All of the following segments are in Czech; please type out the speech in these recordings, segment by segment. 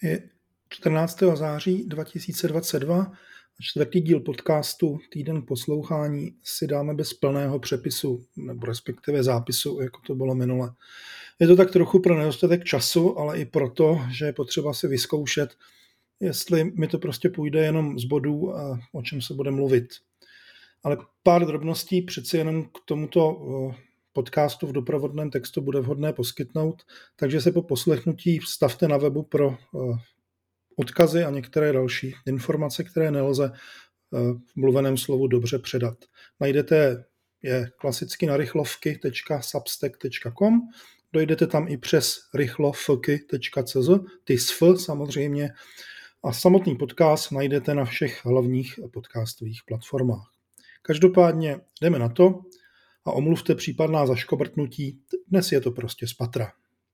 Je 14. září 2022 a čtvrtý díl podcastu Týden poslouchání si dáme bez plného přepisu, nebo respektive zápisu, jako to bylo minule. Je to tak trochu pro nedostatek času, ale i proto, že je potřeba si vyzkoušet, jestli mi to prostě půjde jenom z bodů a o čem se bude mluvit. Ale pár drobností přeci jenom k tomuto podcastu v doprovodném textu bude vhodné poskytnout, takže se po poslechnutí stavte na webu pro odkazy a některé další informace, které nelze v mluveném slovu dobře předat. Najdete je klasicky na rychlovky.substack.com, dojdete tam i přes rychlovky.cz, ty sf samozřejmě, a samotný podcast najdete na všech hlavních podcastových platformách. Každopádně jdeme na to a omluvte případná zaškobrtnutí, dnes je to prostě z patra.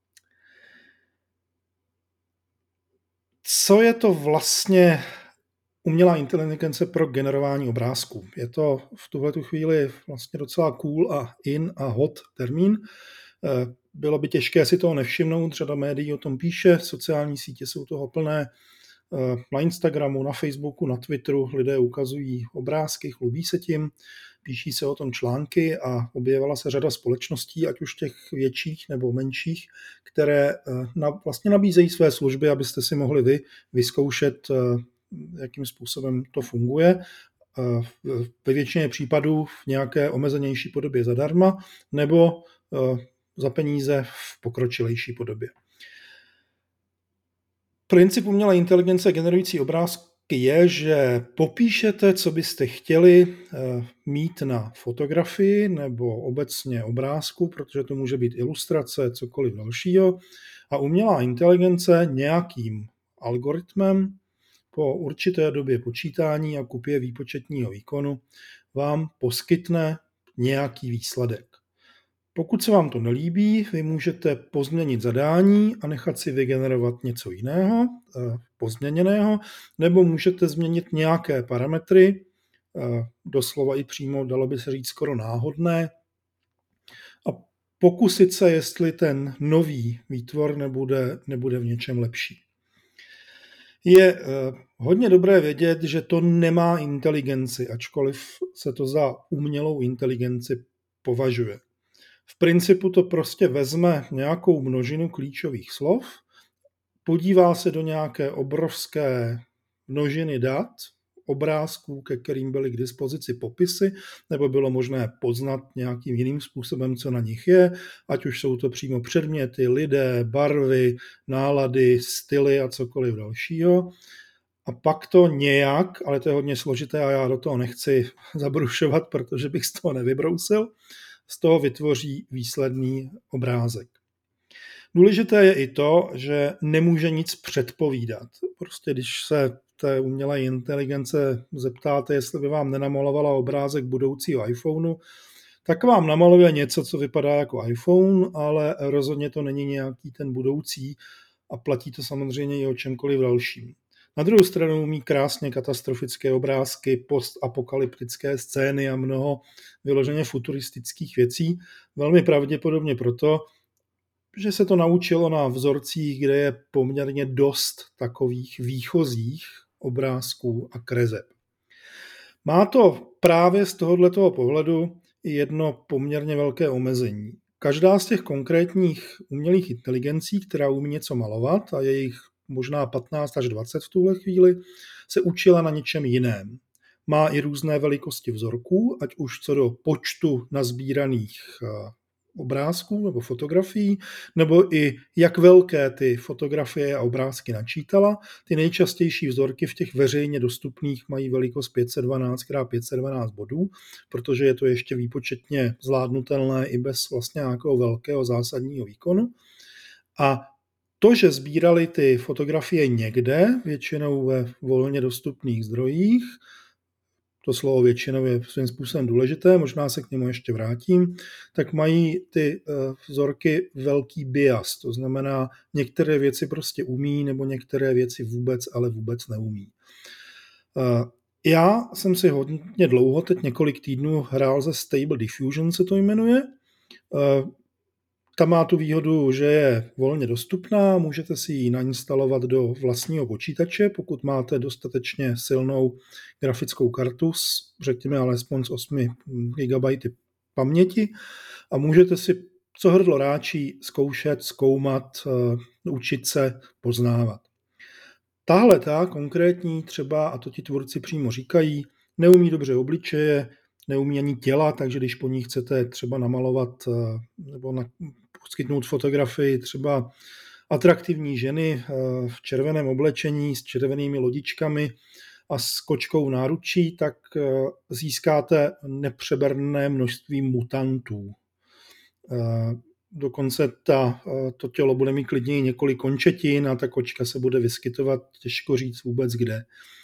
Co je to vlastně umělá inteligence pro generování obrázků? Je to v tuhletu chvíli vlastně docela cool a in a hot termín. Bylo by těžké si toho nevšimnout, řada médií o tom píše, sociální sítě jsou toho plné, na Instagramu, na Facebooku, na Twitteru lidé ukazují obrázky, chlubí se tím, píší se o tom články a objevila se řada společností, ať už těch větších nebo menších, které vlastně nabízejí své služby, abyste si mohli vy vyzkoušet, jakým způsobem to funguje. Ve většině případů v nějaké omezenější podobě zadarma nebo za peníze v pokročilejší podobě. Princip umělé inteligence generující obrázky je, že popíšete, co byste chtěli mít na fotografii nebo obecně obrázku, protože to může být ilustrace, cokoliv dalšího, a umělá inteligence nějakým algoritmem po určité době počítání a kupě výpočetního výkonu vám poskytne nějaký výsledek. Pokud se vám to nelíbí, vy můžete pozměnit zadání a nechat si vygenerovat něco jiného, pozměněného, nebo můžete změnit nějaké parametry, doslova i přímo, dalo by se říct, skoro náhodné, a pokusit se, jestli ten nový výtvor nebude v něčem lepší. Je hodně dobré vědět, že to nemá inteligenci, ačkoliv se to za umělou inteligenci považuje. V principu to prostě vezme nějakou množinu klíčových slov, podívá se do nějaké obrovské množiny dat, obrázků, ke kterým byly k dispozici popisy, nebo bylo možné poznat nějakým jiným způsobem, co na nich je, ať už jsou to přímo předměty, lidé, barvy, nálady, styly a cokoliv dalšího. A pak to nějak, ale to je hodně složité a já do toho nechci zabrušovat, protože bych z toho nevybrousil, z toho vytvoří výsledný obrázek. Důležité je i to, že nemůže nic předpovídat. Prostě když se té umělé inteligence zeptáte, jestli by vám nenamalovala obrázek budoucího iPhoneu, tak vám namaluje něco, co vypadá jako iPhone, ale rozhodně to není nějaký ten budoucí a platí to samozřejmě i o čemkoliv dalším. Na druhou stranu umí krásně katastrofické obrázky, postapokalyptické scény a mnoho vyloženě futuristických věcí, velmi pravděpodobně proto, že se to naučilo na vzorcích, kde je poměrně dost takových výchozích obrázků a kreseb. Má to právě z tohoto pohledu jedno poměrně velké omezení. Každá z těch konkrétních umělých inteligencí, která umí něco malovat, a je jich možná 15 až 20 v tuhle chvíli, se učila na něčem jiném. Má i různé velikosti vzorků, ať už co do počtu nazbíraných obrázků nebo fotografií, nebo i jak velké ty fotografie a obrázky načítala. Ty nejčastější vzorky v těch veřejně dostupných mají velikost 512 x 512 bodů, protože je to ještě výpočetně zvládnutelné i bez vlastně nějakého velkého zásadního výkonu. A to, že sbírali ty fotografie někde, většinou ve volně dostupných zdrojích, to slovo většinou je svým způsobem důležité, možná se k němu ještě vrátím, tak mají ty vzorky velký bias, to znamená, některé věci prostě umí, nebo některé věci vůbec neumí. Já jsem si hodně dlouho, teď několik týdnů, hrál ze Stable Diffusion, se to jmenuje. Ta má tu výhodu, že je volně dostupná, můžete si ji nainstalovat do vlastního počítače, pokud máte dostatečně silnou grafickou kartu, řekněme alespoň s 8 GB paměti, a můžete si, co hrdlo ráčí, zkoušet, zkoumat, učit se, poznávat. Tahle ta konkrétní třeba, a to ti tvůrci přímo říkají, neumí dobře obličeje, neumí ani těla, takže když po ní chcete třeba namalovat nebo poskytnout fotografii třeba atraktivní ženy v červeném oblečení s červenými lodičkami a s kočkou v náručí, tak získáte nepřeberné množství mutantů. Dokonce to tělo bude mít klidně několik končetin a ta kočka se bude vyskytovat, těžko říct vůbec kde.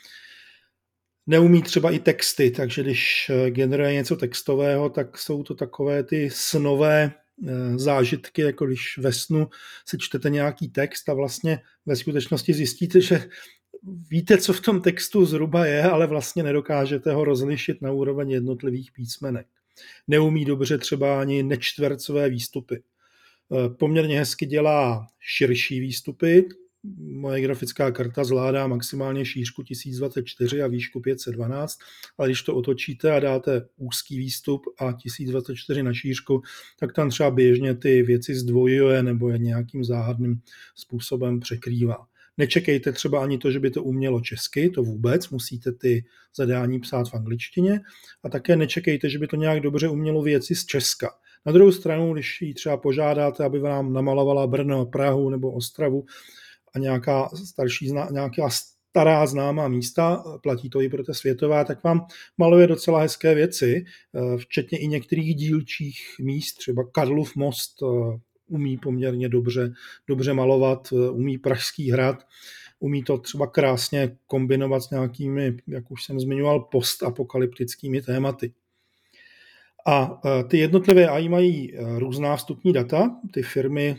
Neumí třeba i texty, takže když generuje něco textového, tak jsou to takové ty snové zážitky, jako když ve snu si čtete nějaký text a vlastně ve skutečnosti zjistíte, že víte, co v tom textu zhruba je, ale vlastně nedokážete ho rozlišit na úroveň jednotlivých písmenek. Neumí dobře třeba ani nečtvercové výstupy. Poměrně hezky dělá širší výstupy. Moje grafická karta zvládá maximálně šířku 1024 a výšku 512, ale když to otočíte a dáte úzký výstup a 1024 na šířku, tak tam třeba běžně ty věci zdvojuje nebo je nějakým záhadným způsobem překrývá. Nečekejte třeba ani to, že by to umělo česky, to vůbec, musíte ty zadání psát v angličtině, a také nečekejte, že by to nějak dobře umělo věci z Česka. Na druhou stranu, když ji třeba požádáte, aby vám namalovala Brno, Prahu nebo Ostravu a nějaká stará známá místa, platí to i pro ty světová, tak vám maluje docela hezké věci, včetně i některých dílčích míst, třeba Karlův most umí poměrně dobře malovat, umí Pražský hrad, umí to třeba krásně kombinovat s nějakými, jak už jsem zmiňoval, postapokalyptickými tématy. A ty jednotlivé AI mají různá vstupní data, ty firmy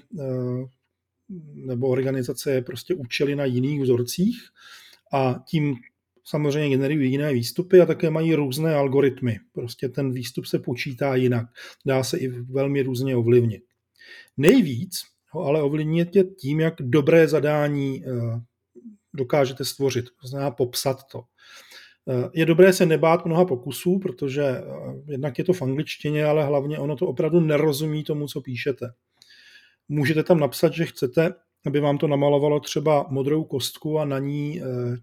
nebo organizace je prostě učily na jiných vzorcích a tím samozřejmě generují jiné výstupy a také mají různé algoritmy. Prostě ten výstup se počítá jinak. Dá se i velmi různě ovlivnit. Nejvíc ho ale ovlivníte tím, jak dobré zadání dokážete stvořit, to znamená popsat to. Je dobré se nebát mnoha pokusů, protože jednak je to v angličtině, ale hlavně ono to opravdu nerozumí tomu, co píšete. Můžete tam napsat, že chcete, aby vám to namalovalo třeba modrou kostku a na ní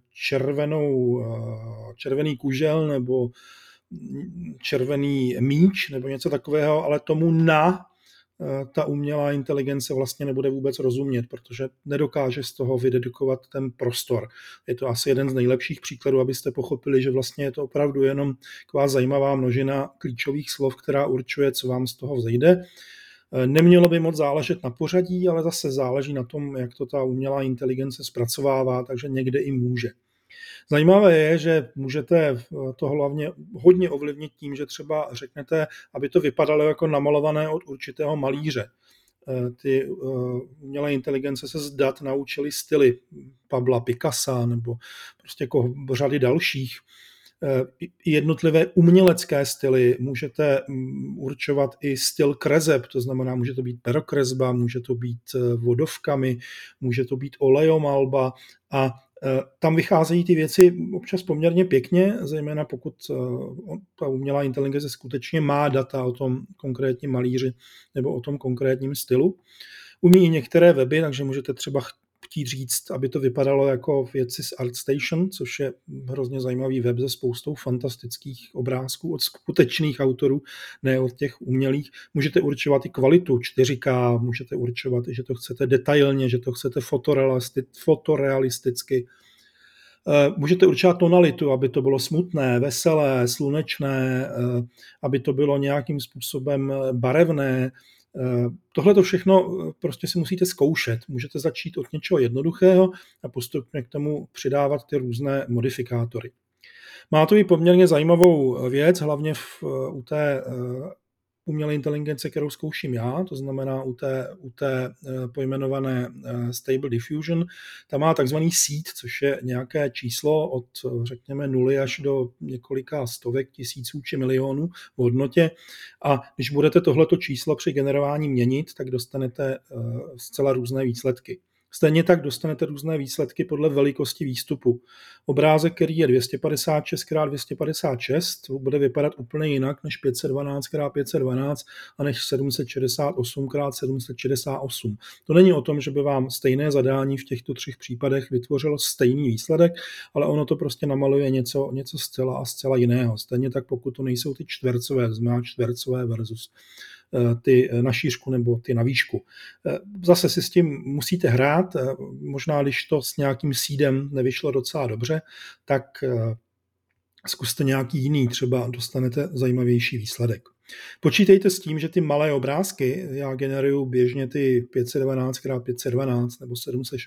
červený kužel nebo červený míč nebo něco takového, ale tomu ta umělá inteligence vlastně nebude vůbec rozumět, protože nedokáže z toho vydedukovat ten prostor. Je to asi jeden z nejlepších příkladů, abyste pochopili, že vlastně je to opravdu jenom taková zajímavá množina klíčových slov, která určuje, co vám z toho vzejde. Nemělo by moc záležet na pořadí, ale zase záleží na tom, jak to ta umělá inteligence zpracovává, takže někde i může. Zajímavé je, že můžete to hlavně hodně ovlivnit tím, že třeba řeknete, aby to vypadalo jako namalované od určitého malíře. Ty umělé inteligence se z dat naučily styly Pabla Picassa nebo prostě jako řady dalších. Jednotlivé umělecké styly můžete určovat i styl kreseb, to znamená, může to být perokresba, může to být vodovkami, může to být olejomalba a tam vycházejí ty věci občas poměrně pěkně, zejména pokud ta umělá inteligence skutečně má data o tom konkrétním malíři nebo o tom konkrétním stylu. Umí i některé weby, takže můžete třeba chtít říct, aby to vypadalo jako věci z ArtStation, což je hrozně zajímavý web se spoustou fantastických obrázků od skutečných autorů, ne od těch umělých. Můžete určovat i kvalitu 4K, můžete určovat, že to chcete detailně, že to chcete fotorealisticky. Můžete určovat tonalitu, aby to bylo smutné, veselé, slunečné, aby to bylo nějakým způsobem barevné. Tohle to všechno prostě si musíte zkoušet. Můžete začít od něčeho jednoduchého a postupně k tomu přidávat ty různé modifikátory. Má to i poměrně zajímavou věc, hlavně u té umělé inteligence, kterou zkouším já, to znamená u té pojmenované Stable Diffusion, ta má takzvaný seed, což je nějaké číslo od, řekněme, 0 až do několika stovek tisíců či milionů v hodnotě. A když budete tohleto číslo při generování měnit, tak dostanete zcela různé výsledky. Stejně tak dostanete různé výsledky podle velikosti výstupu. Obrázek, který je 256x256, bude vypadat úplně jinak než 512x512 a než 768x768. To není o tom, že by vám stejné zadání v těchto 3 případech vytvořilo stejný výsledek, ale ono to prostě namaluje něco zcela a zcela jiného. Stejně tak, pokud to nejsou ty čtvercové, to znamená čtvercové versus ty na šířku nebo ty na výšku. Zase si s tím musíte hrát, možná když to s nějakým seedem nevyšlo docela dobře, tak zkuste nějaký jiný, třeba dostanete zajímavější výsledek. Počítejte s tím, že ty malé obrázky, já generuju běžně ty 512x512 nebo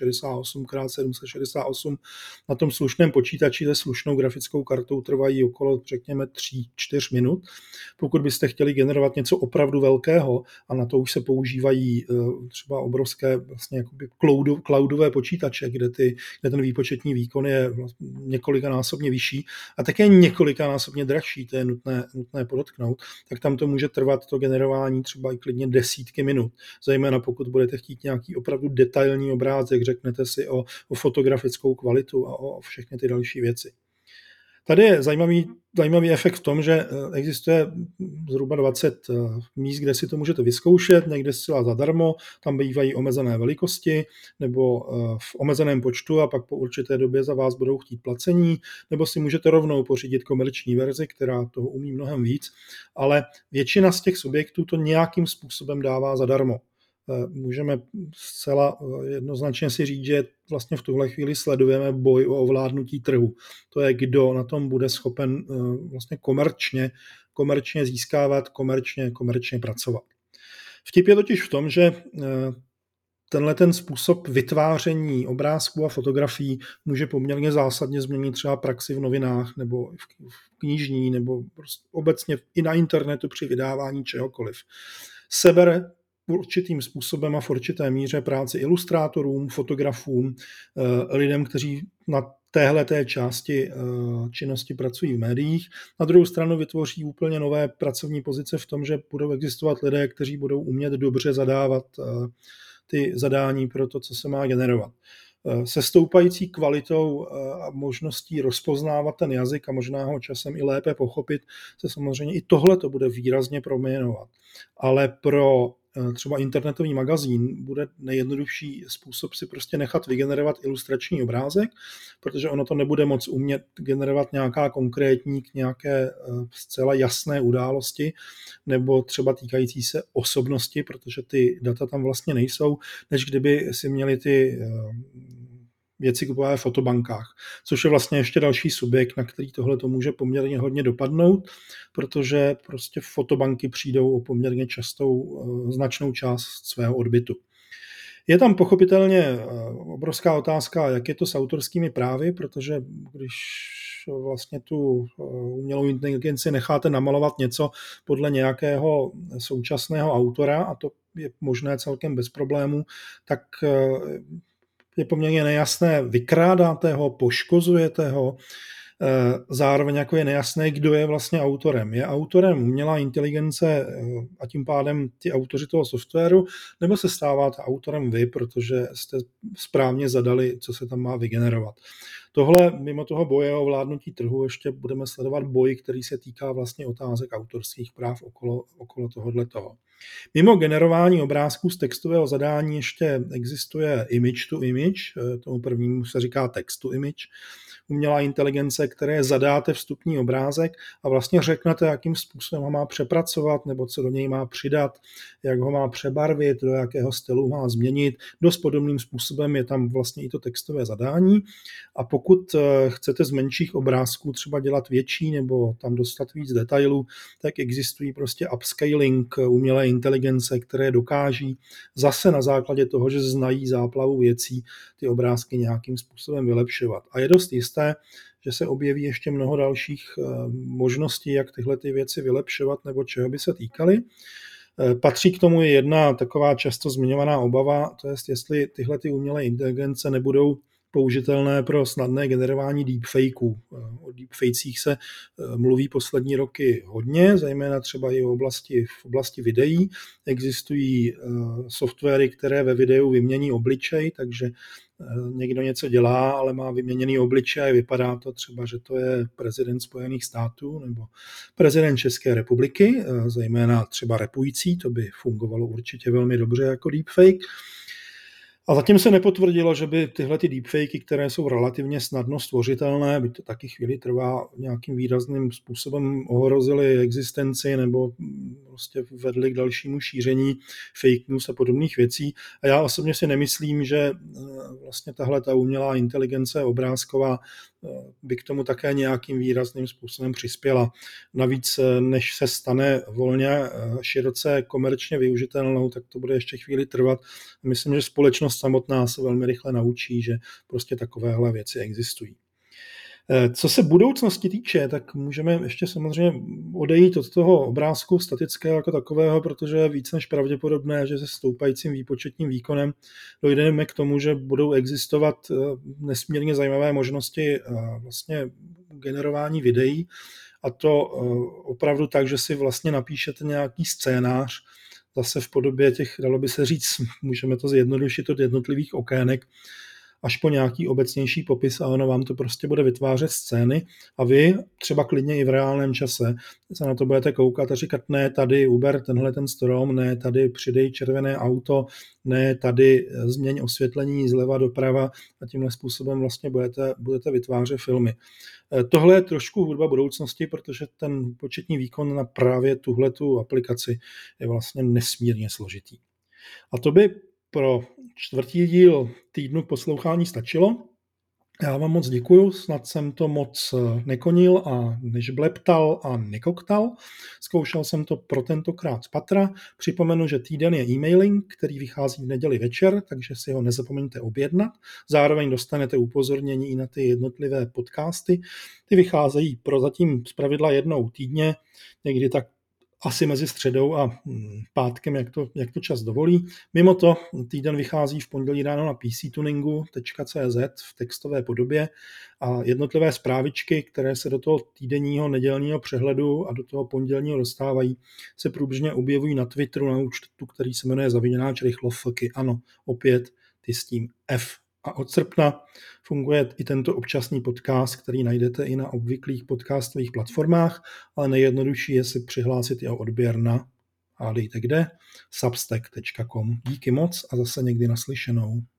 768x768 na tom slušném počítači se slušnou grafickou kartou trvají okolo, řekněme, 3-4 minut. Pokud byste chtěli generovat něco opravdu velkého, a na to už se používají třeba obrovské vlastně jakoby cloudové počítače, kde ten výpočetní výkon je několikanásobně vyšší a také několikanásobně dražší, to je nutné podotknout, tak tam to může trvat to generování třeba i klidně desítky minut. Zejména pokud budete chtít nějaký opravdu detailní obrázek, řeknete si o fotografickou kvalitu a o všechny ty další věci. Tady je zajímavý efekt v tom, že existuje zhruba 20 míst, kde si to můžete vyzkoušet, někde zcela zadarmo, tam bývají omezené velikosti nebo v omezeném počtu a pak po určité době za vás budou chtít placení, nebo si můžete rovnou pořídit komerční verzi, která toho umí mnohem víc, ale většina z těch subjektů to nějakým způsobem dává zadarmo. Můžeme zcela jednoznačně si říct, že vlastně v tuhle chvíli sledujeme boj o ovládnutí trhu. To je, kdo na tom bude schopen vlastně komerčně získávat, komerčně pracovat. Vtip je totiž v tom, že tenhle ten způsob vytváření obrázků a fotografií může poměrně zásadně změnit třeba praxi v novinách nebo v knižní nebo prostě obecně i na internetu při vydávání čehokoliv. Sebere určitým způsobem a v určité míře práci ilustrátorům, fotografům, lidem, kteří na téhleté části činnosti pracují v médiích. Na druhou stranu vytvoří úplně nové pracovní pozice v tom, že budou existovat lidé, kteří budou umět dobře zadávat ty zadání pro to, co se má generovat. Se stoupající kvalitou a možností rozpoznávat ten jazyk a možná ho časem i lépe pochopit, se samozřejmě i tohle to bude výrazně proměňovat. Ale pro třeba internetový magazín bude nejjednodušší způsob si prostě nechat vygenerovat ilustrační obrázek, protože ono to nebude moc umět generovat nějaká konkrétní k nějaké zcela jasné události nebo třeba týkající se osobnosti, protože ty data tam vlastně nejsou, než kdyby si měli ty věci kupovat v fotobankách, což je vlastně ještě další subjekt, na který tohle to může poměrně hodně dopadnout, protože prostě fotobanky přijdou o poměrně značnou část svého odbytu. Je tam pochopitelně obrovská otázka, jak je to s autorskými právy, protože když vlastně tu umělou inteligenci necháte namalovat něco podle nějakého současného autora, a to je možné celkem bez problémů, tak je poměrně nejasné, vykrádáte ho, poškozujete ho, zároveň jako je nejasné, kdo je vlastně autorem. Je autorem umělá inteligence a tím pádem ty autoři toho softwaru, nebo se stáváte autorem vy, protože jste správně zadali, co se tam má vygenerovat. Tohle, mimo toho boje o vládnutí trhu, ještě budeme sledovat boj, který se týká vlastně otázek autorských práv okolo tohoto. Mimo generování obrázků z textového zadání ještě existuje image to image, tomu prvnímu se říká text to image, umělá inteligence, které zadáte vstupní obrázek a vlastně řeknete, jakým způsobem ho má přepracovat nebo co do něj má přidat, jak ho má přebarvit, do jakého stylu má změnit. Dost podobným způsobem je tam vlastně i to textové zadání a pokud pokud chcete z menších obrázků třeba dělat větší nebo tam dostat víc detailů, tak existují prostě upscaling umělé inteligence, které dokáží zase na základě toho, že znají záplavu věcí, ty obrázky nějakým způsobem vylepšovat. A je dost jisté, že se objeví ještě mnoho dalších možností, jak tyhle ty věci vylepšovat nebo čeho by se týkaly. Patří k tomu i jedna taková často zmiňovaná obava, to je, jestli tyhle ty umělé inteligence nebudou použitelné pro snadné generování deepfakeů. O deepfakech se mluví poslední roky hodně, zejména třeba i v oblasti videí. Existují softwary, které ve videu vymění obličej, takže někdo něco dělá, ale má vyměněný obličej a vypadá to třeba, že to je prezident Spojených států nebo prezident České republiky, zejména třeba rapující, to by fungovalo určitě velmi dobře jako deepfake. A zatím se nepotvrdilo, že by tyhle ty deepfakey, které jsou relativně snadno stvořitelné, byť to taky chvíli trvá, nějakým výrazným způsobem ohrozily existenci nebo prostě vedly k dalšímu šíření fake news a podobných věcí. A já osobně si nemyslím, že vlastně tahle ta umělá inteligence obrázková by k tomu také nějakým výrazným způsobem přispěla. Navíc, než se stane volně široce komerčně využitelnou, tak to bude ještě chvíli trvat. Myslím, že společnost samotná se velmi rychle naučí, že prostě takovéhle věci existují. Co se budoucnosti týče, tak můžeme ještě samozřejmě odejít od toho obrázku statického jako takového, protože je víc než pravděpodobné, že se stoupajícím výpočetním výkonem dojdeme k tomu, že budou existovat nesmírně zajímavé možnosti vlastně generování videí, a to opravdu tak, že si vlastně napíšete nějaký scénář, zase v podobě těch, dalo by se říct, můžeme to zjednodušit od jednotlivých okének, až po nějaký obecnější popis a ono vám to prostě bude vytvářet scény a vy třeba klidně i v reálném čase se na to budete koukat a říkat, ne, tady uber tenhle ten strom, ne, tady přidej červené auto, ne, tady změň osvětlení zleva doprava a tímhle způsobem vlastně budete vytvářet filmy. Tohle je trošku hudba budoucnosti, protože ten početní výkon na právě tuhletu aplikaci je vlastně nesmírně složitý. A to by pro čtvrtý díl týdnu poslouchání stačilo. Já vám moc děkuju, snad jsem to moc nekonil a nežbleptal a nekoktal. Zkoušel jsem to pro tentokrát z patra. Připomenu, že týden je e-mailing, který vychází v neděli večer, takže si ho nezapomeňte objednat. Zároveň dostanete upozornění i na ty jednotlivé podcasty. Ty vycházejí prozatím zpravidla jednou týdně, někdy tak asi mezi středou a pátkem, jak to čas dovolí. Mimo to týden vychází v pondělí ráno na pctuningu.cz v textové podobě a jednotlivé zprávičky, které se do toho týdenního nedělního přehledu a do toho pondělního dostávají, se průběžně objevují na Twitteru na účtu, který se jmenuje _rychlovky. Ano, opět ty s tím F. A od srpna funguje i tento občasný podcast, který najdete i na obvyklých podcastových platformách, ale nejjednodušší je si přihlásit i o odběr na, hádejte kde, substack.com. Díky moc a zase někdy naslyšenou.